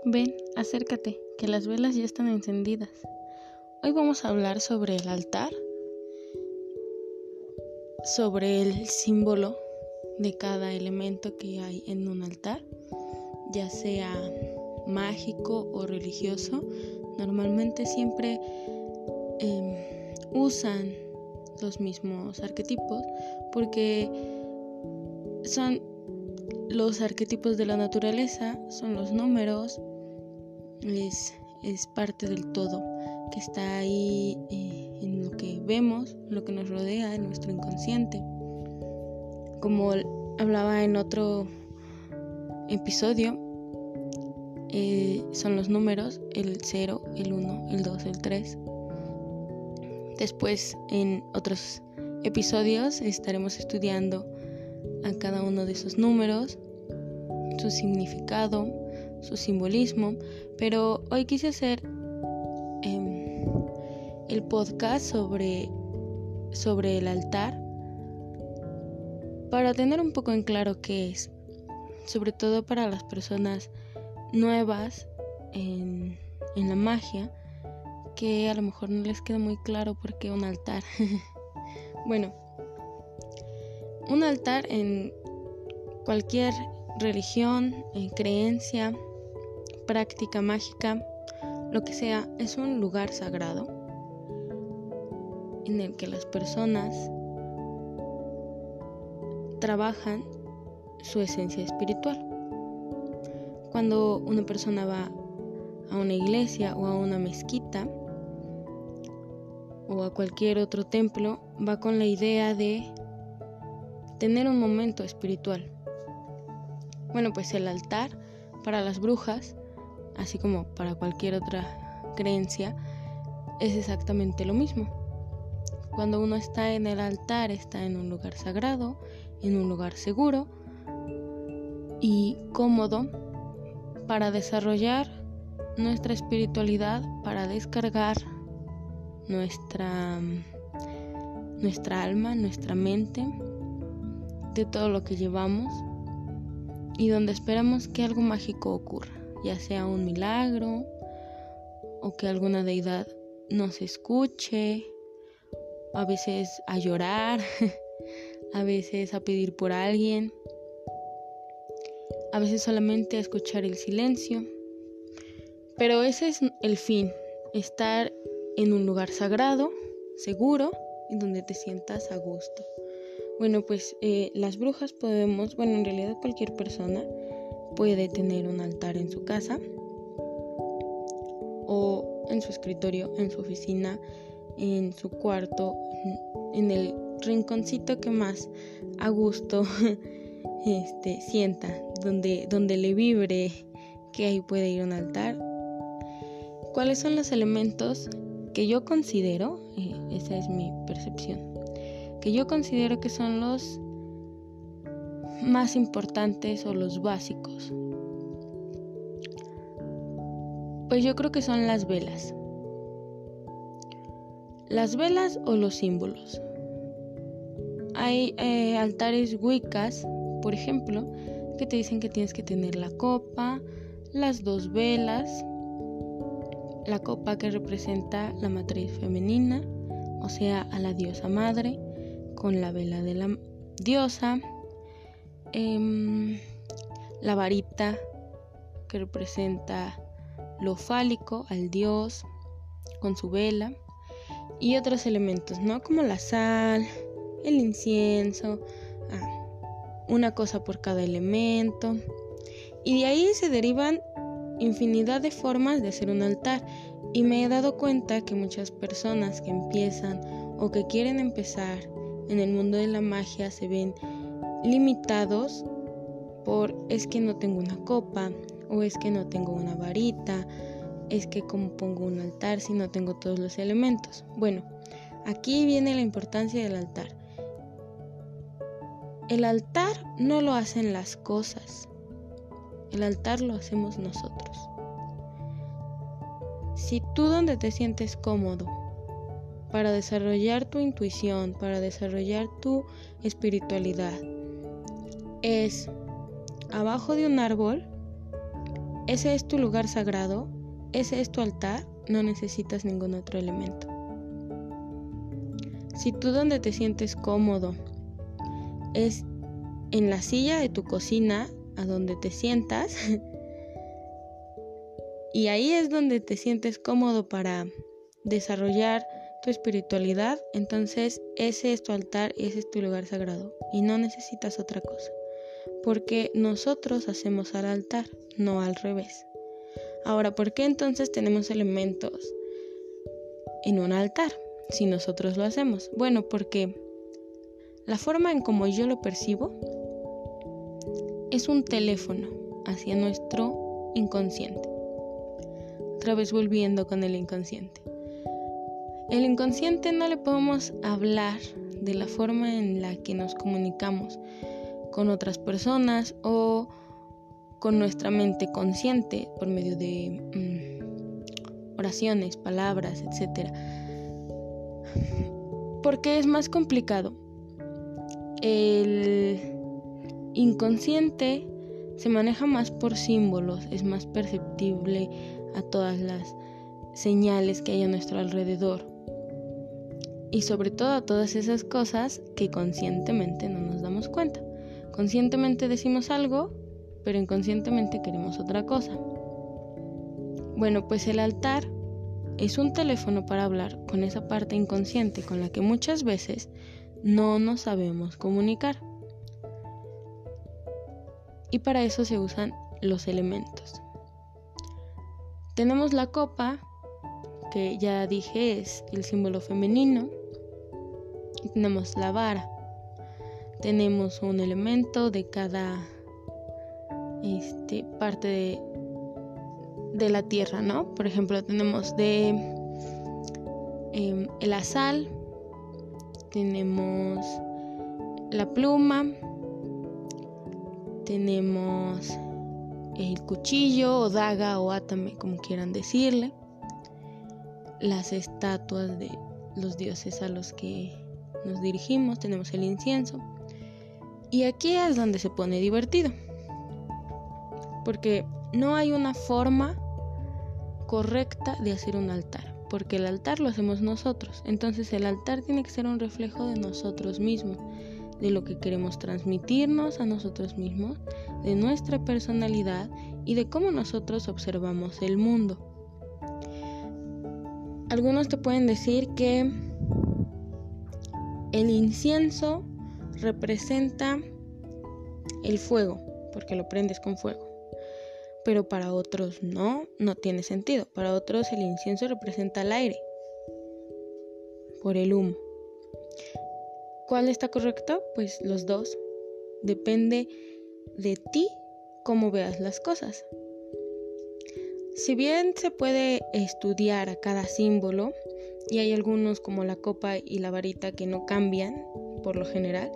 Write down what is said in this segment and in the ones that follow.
Ven, acércate, que las velas ya están encendidas. Hoy vamos a hablar sobre el altar, sobre el símbolo de cada elemento que hay en un altar, ya sea mágico o religioso. Normalmente siempre usan los mismos arquetipos porque son los arquetipos de la naturaleza, son los números, es parte del todo que está ahí en lo que vemos, lo que nos rodea, en nuestro inconsciente. Como hablaba en otro episodio, son los números, el 0, el 1, el 2, el 3. Después, en otros episodios, estaremos estudiando a cada uno de esos números, su significado, su simbolismo, pero hoy quise hacer el podcast sobre el altar para tener un poco en claro qué es, sobre todo para las personas nuevas en la magia, que a lo mejor no les queda muy claro por qué un altar. Bueno, un altar en cualquier religión, creencia, práctica mágica, lo que sea, es un lugar sagrado en el que las personas trabajan su esencia espiritual. Cuando una persona va a una iglesia o a una mezquita o a cualquier otro templo, va con la idea de tener un momento espiritual. Bueno, pues el altar para las brujas, así como para cualquier otra creencia, es exactamente lo mismo. Cuando uno está en el altar, está en un lugar sagrado, en un lugar seguro y cómodo para desarrollar nuestra espiritualidad, para descargar nuestra alma, nuestra mente de todo lo que llevamos y donde esperamos que algo mágico ocurra, ya sea un milagro o que alguna deidad nos escuche, a veces a llorar, a veces a pedir por alguien, a veces solamente a escuchar el silencio. Pero ese es el fin, estar en un lugar sagrado, seguro y donde te sientas a gusto. Bueno, pues las brujas en realidad cualquier persona puede tener un altar en su casa o en su escritorio, en su oficina, en su cuarto, en el rinconcito que más a gusto sienta, donde le vibre que ahí puede ir un altar. ¿Cuáles son los elementos que yo considero, esa es mi percepción, que yo considero que son los más importantes o los básicos? Pues yo creo que son las velas. Las velas o los símbolos. Hay altares wiccas, por ejemplo, que te dicen que tienes que tener la copa, las 2 velas, la copa que representa la matriz femenina, o sea, a la diosa madre, con la vela de la diosa, la varita que representa lo fálico, al dios, con su vela, y otros elementos, ¿no? Como la sal, el incienso, una cosa por cada elemento. Y de ahí se derivan infinidad de formas de hacer un altar. Y me he dado cuenta que muchas personas que empiezan o que quieren empezar en el mundo de la magia se ven limitados por es que no tengo una copa, o es que no tengo una varita, es que cómo pongo un altar si no tengo todos los elementos. Bueno, aquí viene la importancia del altar. El altar no lo hacen las cosas, el altar lo hacemos nosotros. Si tú donde te sientes cómodo para desarrollar tu intuición, para desarrollar tu espiritualidad, es abajo de un árbol, ese es tu lugar sagrado, ese es tu altar, no necesitas ningún otro elemento. Si tú donde te sientes cómodo es en la silla de tu cocina, a donde te sientas, y ahí es donde te sientes cómodo para desarrollar tu espiritualidad, entonces ese es tu altar, ese es tu lugar sagrado y no necesitas otra cosa, porque nosotros hacemos al altar, no al revés. Ahora, ¿por qué entonces tenemos elementos en un altar si nosotros lo hacemos? Bueno, porque la forma en como yo lo percibo es un teléfono hacia nuestro inconsciente. Otra vez volviendo con el inconsciente. El inconsciente no le podemos hablar de la forma en la que nos comunicamos con otras personas o con nuestra mente consciente por medio de oraciones, palabras, etc. Porque es más complicado. El inconsciente se maneja más por símbolos, es más perceptible a todas las señales que hay a nuestro alrededor y sobre todo a todas esas cosas que conscientemente no nos damos cuenta. Conscientemente decimos algo, pero inconscientemente queremos otra cosa. Bueno, pues el altar es un teléfono para hablar con esa parte inconsciente con la que muchas veces no nos sabemos comunicar. Y para eso se usan los elementos. Tenemos la copa, que ya dije es el símbolo femenino. Y tenemos la vara. Tenemos un elemento de cada parte de la tierra, ¿no? Por ejemplo, tenemos la sal, tenemos la pluma, tenemos el cuchillo o daga o átame, como quieran decirle, las estatuas de los dioses a los que nos dirigimos, tenemos el incienso. Y aquí es donde se pone divertido, porque no hay una forma correcta de hacer un altar, porque el altar lo hacemos nosotros. Entonces el altar tiene que ser un reflejo de nosotros mismos, de lo que queremos transmitirnos a nosotros mismos, de nuestra personalidad y de cómo nosotros observamos el mundo. Algunos te pueden decir que el incienso representa el fuego, porque lo prendes con fuego. Pero para otros no tiene sentido. Para otros el incienso representa el aire, por el humo. ¿Cuál está correcto? Pues los dos. Depende de ti cómo veas las cosas. Si bien se puede estudiar a cada símbolo, y hay algunos como la copa y la varita que no cambian por lo general,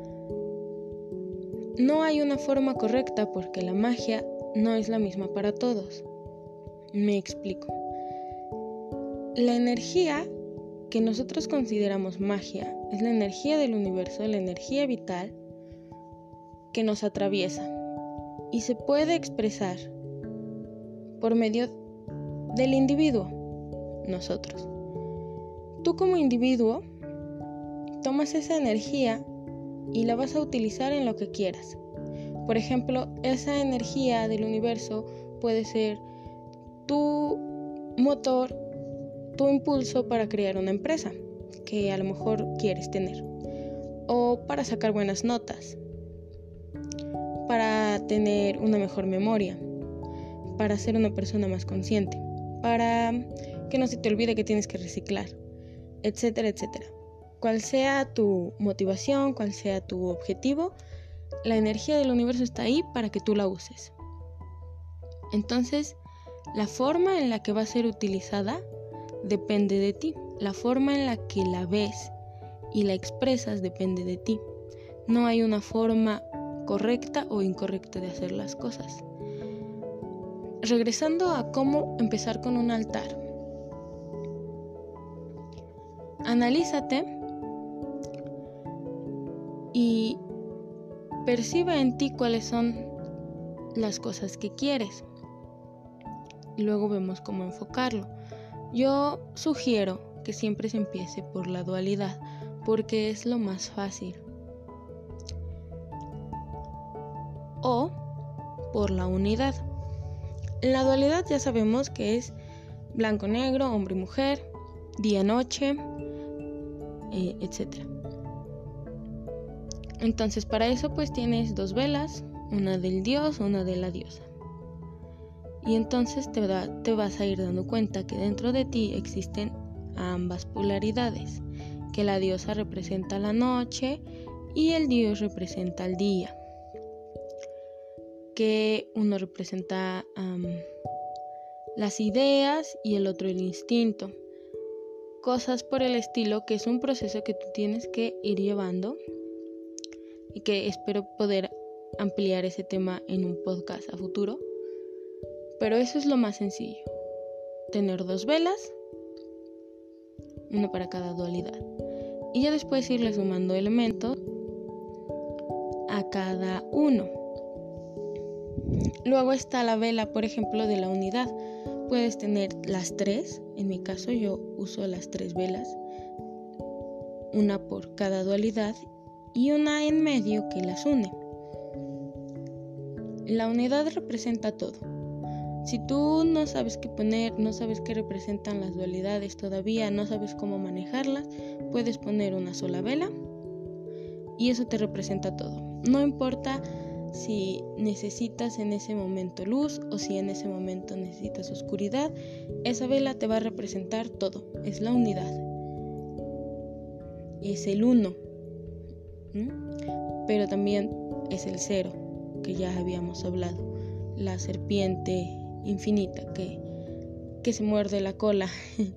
no hay una forma correcta porque la magia no es la misma para todos. Me explico. La energía que nosotros consideramos magia es la energía del universo, la energía vital que nos atraviesa y se puede expresar por medio del individuo, nosotros. Tú como individuo tomas esa energía y la vas a utilizar en lo que quieras. Por ejemplo, esa energía del universo puede ser tu motor, tu impulso para crear una empresa que a lo mejor quieres tener, o para sacar buenas notas, para tener una mejor memoria, para ser una persona más consciente, para que no se te olvide que tienes que reciclar, etcétera, etcétera. Cual sea tu motivación, cual sea tu objetivo, la energía del universo está ahí para que tú la uses. Entonces, la forma en la que va a ser utilizada depende de ti. La forma en la que la ves y la expresas depende de ti. No hay una forma correcta o incorrecta de hacer las cosas. Regresando a cómo empezar con un altar. Analízate y percibe en ti cuáles son las cosas que quieres. y luego vemos cómo enfocarlo. Yo sugiero que siempre se empiece por la dualidad, porque es lo más fácil. O por la unidad. La dualidad ya sabemos que es blanco-negro, hombre y mujer, día-noche, etc. Entonces para eso pues tienes 2 velas, una del dios, una de la diosa. Y entonces te vas a ir dando cuenta que dentro de ti existen ambas polaridades, que la diosa representa la noche y el dios representa el día, que uno representa las ideas y el otro el instinto, cosas por el estilo, que es un proceso que tú tienes que ir llevando y que espero poder ampliar ese tema en un podcast a futuro. Pero eso es lo más sencillo, tener 2 velas, una para cada dualidad, y ya después irle sumando elementos a cada uno. Luego está la vela, por ejemplo, de la unidad. Puedes tener las 3, en mi caso yo uso las 3 velas, una por cada dualidad y una en medio que las une. La unidad representa todo. Si tú no sabes qué poner, no sabes qué representan las dualidades todavía, no sabes cómo manejarlas, puedes poner una sola vela y eso te representa todo. No importa si necesitas en ese momento luz o si en ese momento necesitas oscuridad, esa vela te va a representar todo. Es la unidad, es el 1, pero también es el 0, que ya habíamos hablado, la serpiente infinita que se muerde la cola.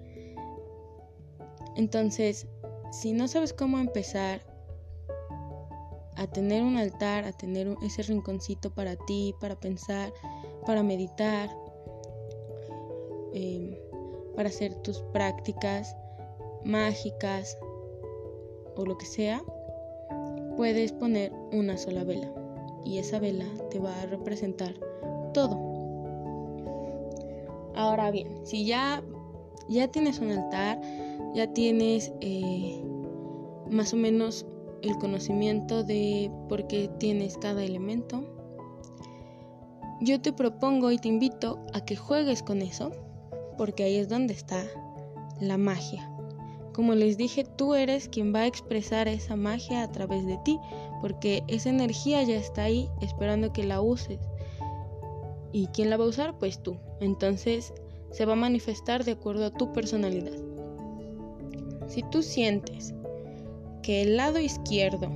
Entonces, si no sabes cómo empezar a tener un altar, a tener ese rinconcito para ti, para pensar, para meditar, para hacer tus prácticas mágicas o lo que sea, puedes poner una sola vela y esa vela te va a representar todo. Ahora bien, si ya tienes un altar, ya tienes más o menos el conocimiento de por qué tienes cada elemento, yo te propongo y te invito a que juegues con eso, porque ahí es donde está la magia. Como les dije, tú eres quien va a expresar esa magia a través de ti, porque esa energía ya está ahí esperando que la uses. ¿Y quién la va a usar? Pues tú. Entonces se va a manifestar de acuerdo a tu personalidad. Si tú sientes que el lado izquierdo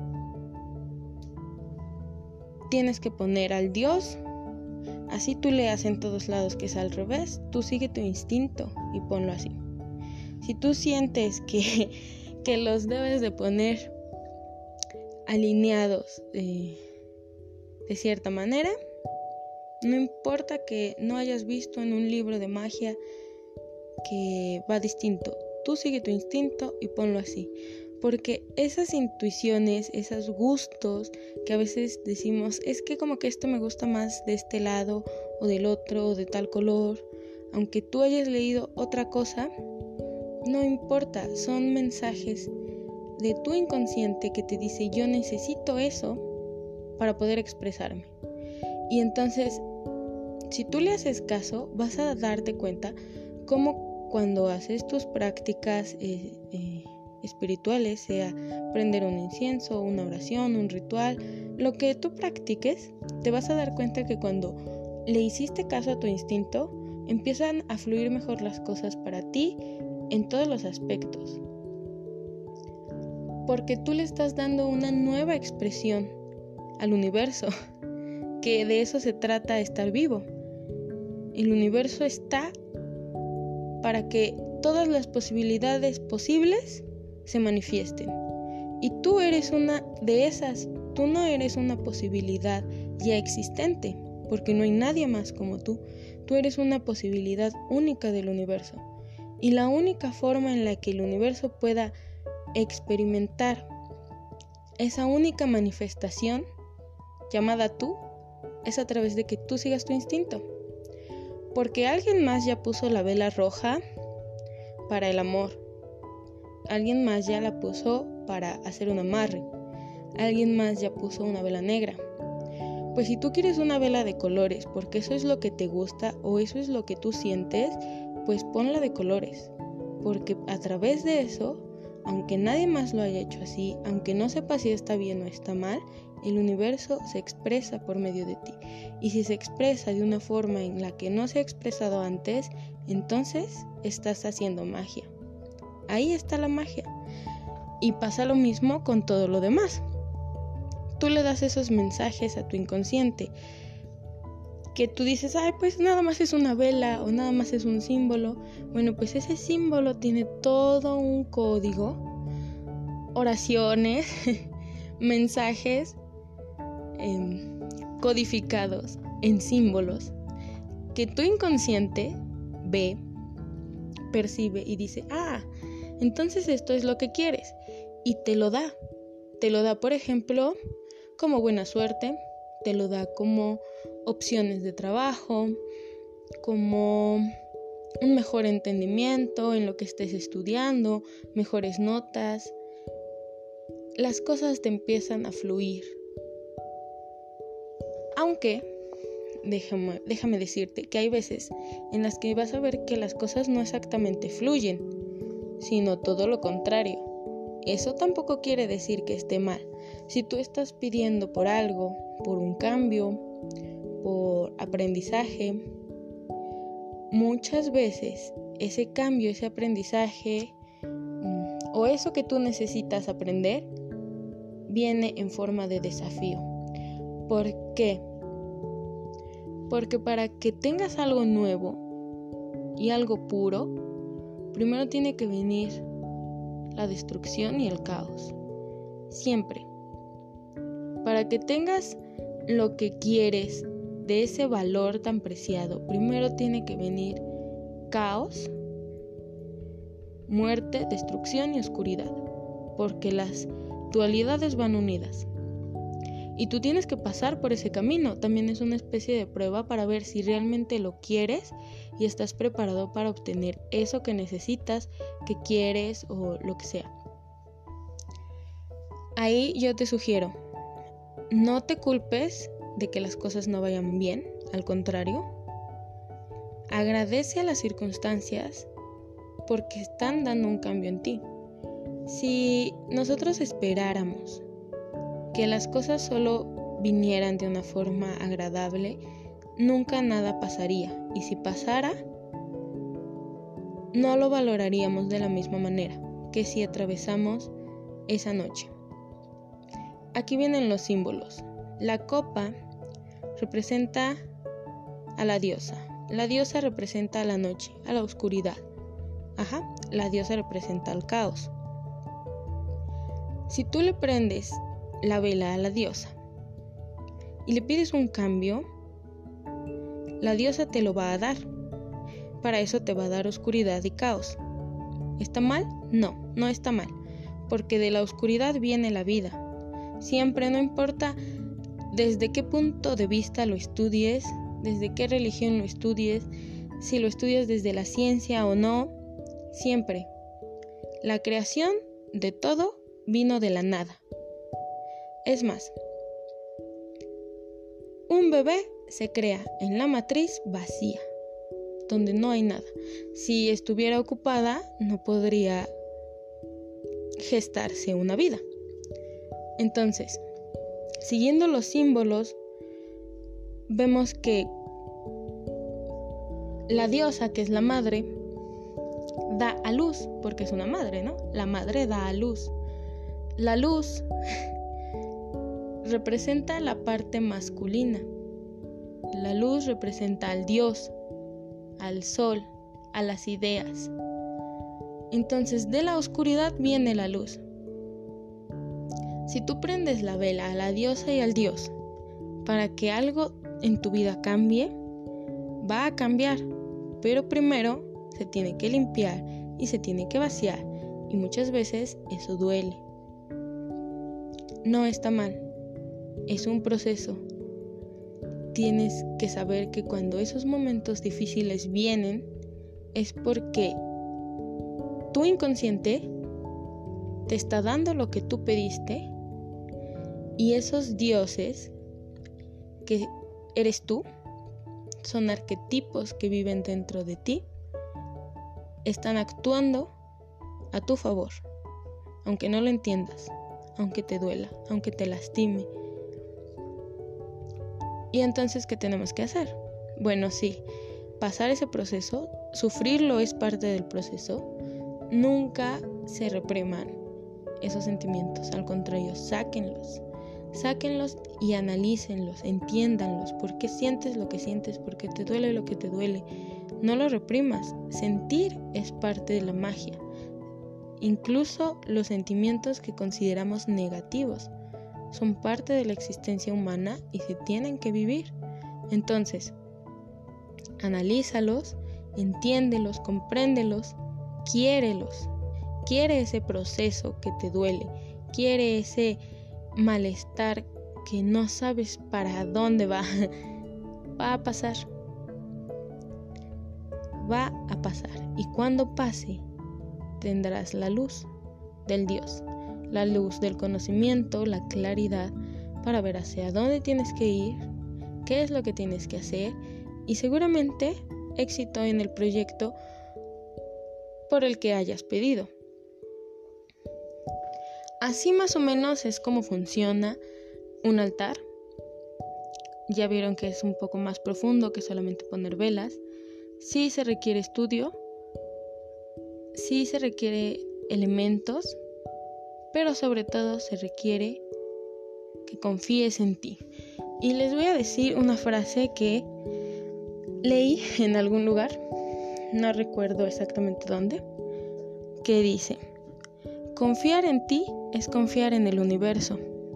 tienes que poner al Dios, así tú leas en todos lados que es al revés, tú sigue tu instinto y ponlo así. Si tú sientes que los debes de poner alineados de cierta manera, no importa que no hayas visto en un libro de magia que va distinto, tú sigue tu instinto y ponlo así. Porque esas intuiciones, esos gustos que a veces decimos, es que como que esto me gusta más de este lado o del otro o de tal color, aunque tú hayas leído otra cosa, no importa, son mensajes de tu inconsciente que te dice yo necesito eso para poder expresarme. Y entonces, si tú le haces caso, vas a darte cuenta cómo cuando haces tus prácticas espirituales, sea prender un incienso, una oración, un ritual, lo que tú practiques, te vas a dar cuenta que cuando le hiciste caso a tu instinto, empiezan a fluir mejor las cosas para ti en todos los aspectos. Porque tú le estás dando una nueva expresión al universo, que de eso se trata estar vivo. El universo está para que todas las posibilidades posibles se manifiesten. Y tú eres una de esas, tú no eres una posibilidad ya existente, porque no hay nadie más como tú. Tú eres una posibilidad única del universo. Y la única forma en la que el universo pueda experimentar esa única manifestación llamada tú es a través de que tú sigas tu instinto. Porque alguien más ya puso la vela roja para el amor. Alguien más ya la puso para hacer un amarre. Alguien más ya puso una vela negra. Pues si tú quieres una vela de colores, porque eso es lo que te gusta o eso es lo que tú sientes, pues ponla de colores. Porque a través de eso, aunque nadie más lo haya hecho así, aunque no sepa si está bien o está mal, el universo se expresa por medio de ti. Y si se expresa de una forma en la que no se ha expresado antes, entonces estás haciendo magia. Ahí está la magia. Y pasa lo mismo con todo lo demás. Tú le das esos mensajes a tu inconsciente que tú dices, ay, pues nada más es una vela o nada más es un símbolo. Bueno, pues ese símbolo tiene todo un código, oraciones, mensajes codificados en símbolos que tu inconsciente ve, percibe y dice, entonces esto es lo que quieres, y te lo da. Te lo da, por ejemplo, como buena suerte, te lo da como opciones de trabajo, como un mejor entendimiento en lo que estés estudiando, mejores notas. Las cosas te empiezan a fluir. Aunque, déjame decirte que hay veces en las que vas a ver que las cosas no exactamente fluyen, sino todo lo contrario. Eso tampoco quiere decir que esté mal. Si tú estás pidiendo por algo, por un cambio, por aprendizaje, muchas veces ese cambio, ese aprendizaje o eso que tú necesitas aprender viene en forma de desafío. ¿Por qué? Porque para que tengas algo nuevo y algo puro, primero tiene que venir la destrucción y el caos. Siempre. Para que tengas lo que quieres de ese valor tan preciado, primero tiene que venir caos, muerte, destrucción y oscuridad, porque las dualidades van unidas. Y tú tienes que pasar por ese camino. También es una especie de prueba para ver si realmente lo quieres y estás preparado para obtener eso que necesitas, que quieres o lo que sea. Ahí yo te sugiero, no te culpes de que las cosas no vayan bien, al contrario, agradece a las circunstancias porque están dando un cambio en ti. Si nosotros esperáramos que las cosas solo vinieran de una forma agradable, nunca nada pasaría. Y si pasara, no lo valoraríamos de la misma manera que si atravesamos esa noche. Aquí vienen los símbolos. La copa representa a la diosa. La diosa representa a la noche, a la oscuridad. La diosa representa al caos. Si tú le prendes la vela a la diosa y le pides un cambio, la diosa te lo va a dar. Para eso te va a dar oscuridad y caos. ¿Está mal? No, no está mal, porque de la oscuridad viene la vida. Siempre, no importa desde qué punto de vista lo estudies, desde qué religión lo estudies, si lo estudias desde la ciencia o no, siempre. La creación de todo vino de la nada. Es más, un bebé se crea en la matriz vacía, donde no hay nada. Si estuviera ocupada, no podría gestarse una vida. Entonces, siguiendo los símbolos, vemos que la diosa, que es la madre, da a luz, porque es una madre, ¿no? La madre da a luz. La luz representa la parte masculina. La luz representa al Dios, al sol, a las ideas. Entonces, de la oscuridad viene la luz. Si tú prendes la vela a la diosa y al Dios para que algo en tu vida cambie, va a cambiar, pero primero se tiene que limpiar y se tiene que vaciar, y muchas veces eso duele. No está mal, es un proceso. tienes que saber que cuando esos momentos difíciles vienen es porque tu inconsciente te está dando lo que tú pediste y esos dioses que eres tú, son arquetipos que viven dentro de ti, están actuando a tu favor, aunque no lo entiendas, aunque te duela, aunque te lastime. ¿Y entonces qué tenemos que hacer? Bueno, sí, pasar ese proceso, sufrirlo es parte del proceso. Nunca se repriman esos sentimientos, al contrario, sáquenlos y analícenlos, entiéndanlos. ¿Por qué sientes lo que sientes? ¿Por qué te duele lo que te duele? No lo reprimas. Sentir es parte de la magia. Incluso los sentimientos que consideramos negativos son parte de la existencia humana y se tienen que vivir. Entonces, analízalos, entiéndelos, compréndelos, quiérelos. Quiere ese proceso que te duele, quiere ese malestar que no sabes para dónde va. Va a pasar. Va a pasar. Y cuando pase, tendrás la luz del Dios, la luz del conocimiento, la claridad para ver hacia dónde tienes que ir, qué es lo que tienes que hacer y seguramente éxito en el proyecto por el que hayas pedido. Así más o menos es como funciona un altar. Ya vieron que es un poco más profundo que solamente poner velas. Sí se requiere estudio, sí se requiere elementos, pero sobre todo se requiere que confíes en ti. Y les voy a decir una frase que leí en algún lugar, no recuerdo exactamente dónde, que dice: confiar en ti es confiar en el universo.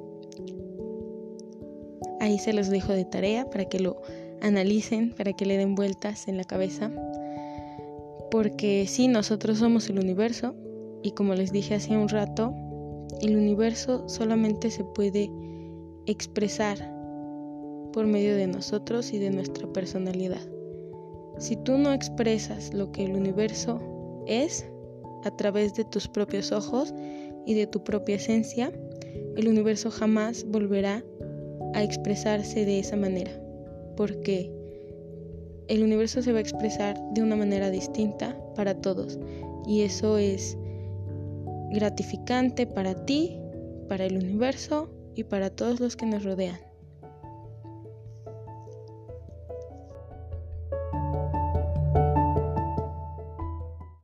Ahí se los dejo de tarea para que lo analicen, para que le den vueltas en la cabeza. Porque sí, nosotros somos el universo y como les dije hace un rato, el universo solamente se puede expresar por medio de nosotros y de nuestra personalidad. Si tú no expresas lo que el universo es a través de tus propios ojos y de tu propia esencia, el universo jamás volverá a expresarse de esa manera, porque el universo se va a expresar de una manera distinta para todos y eso es gratificante para ti, para el universo y para todos los que nos rodean.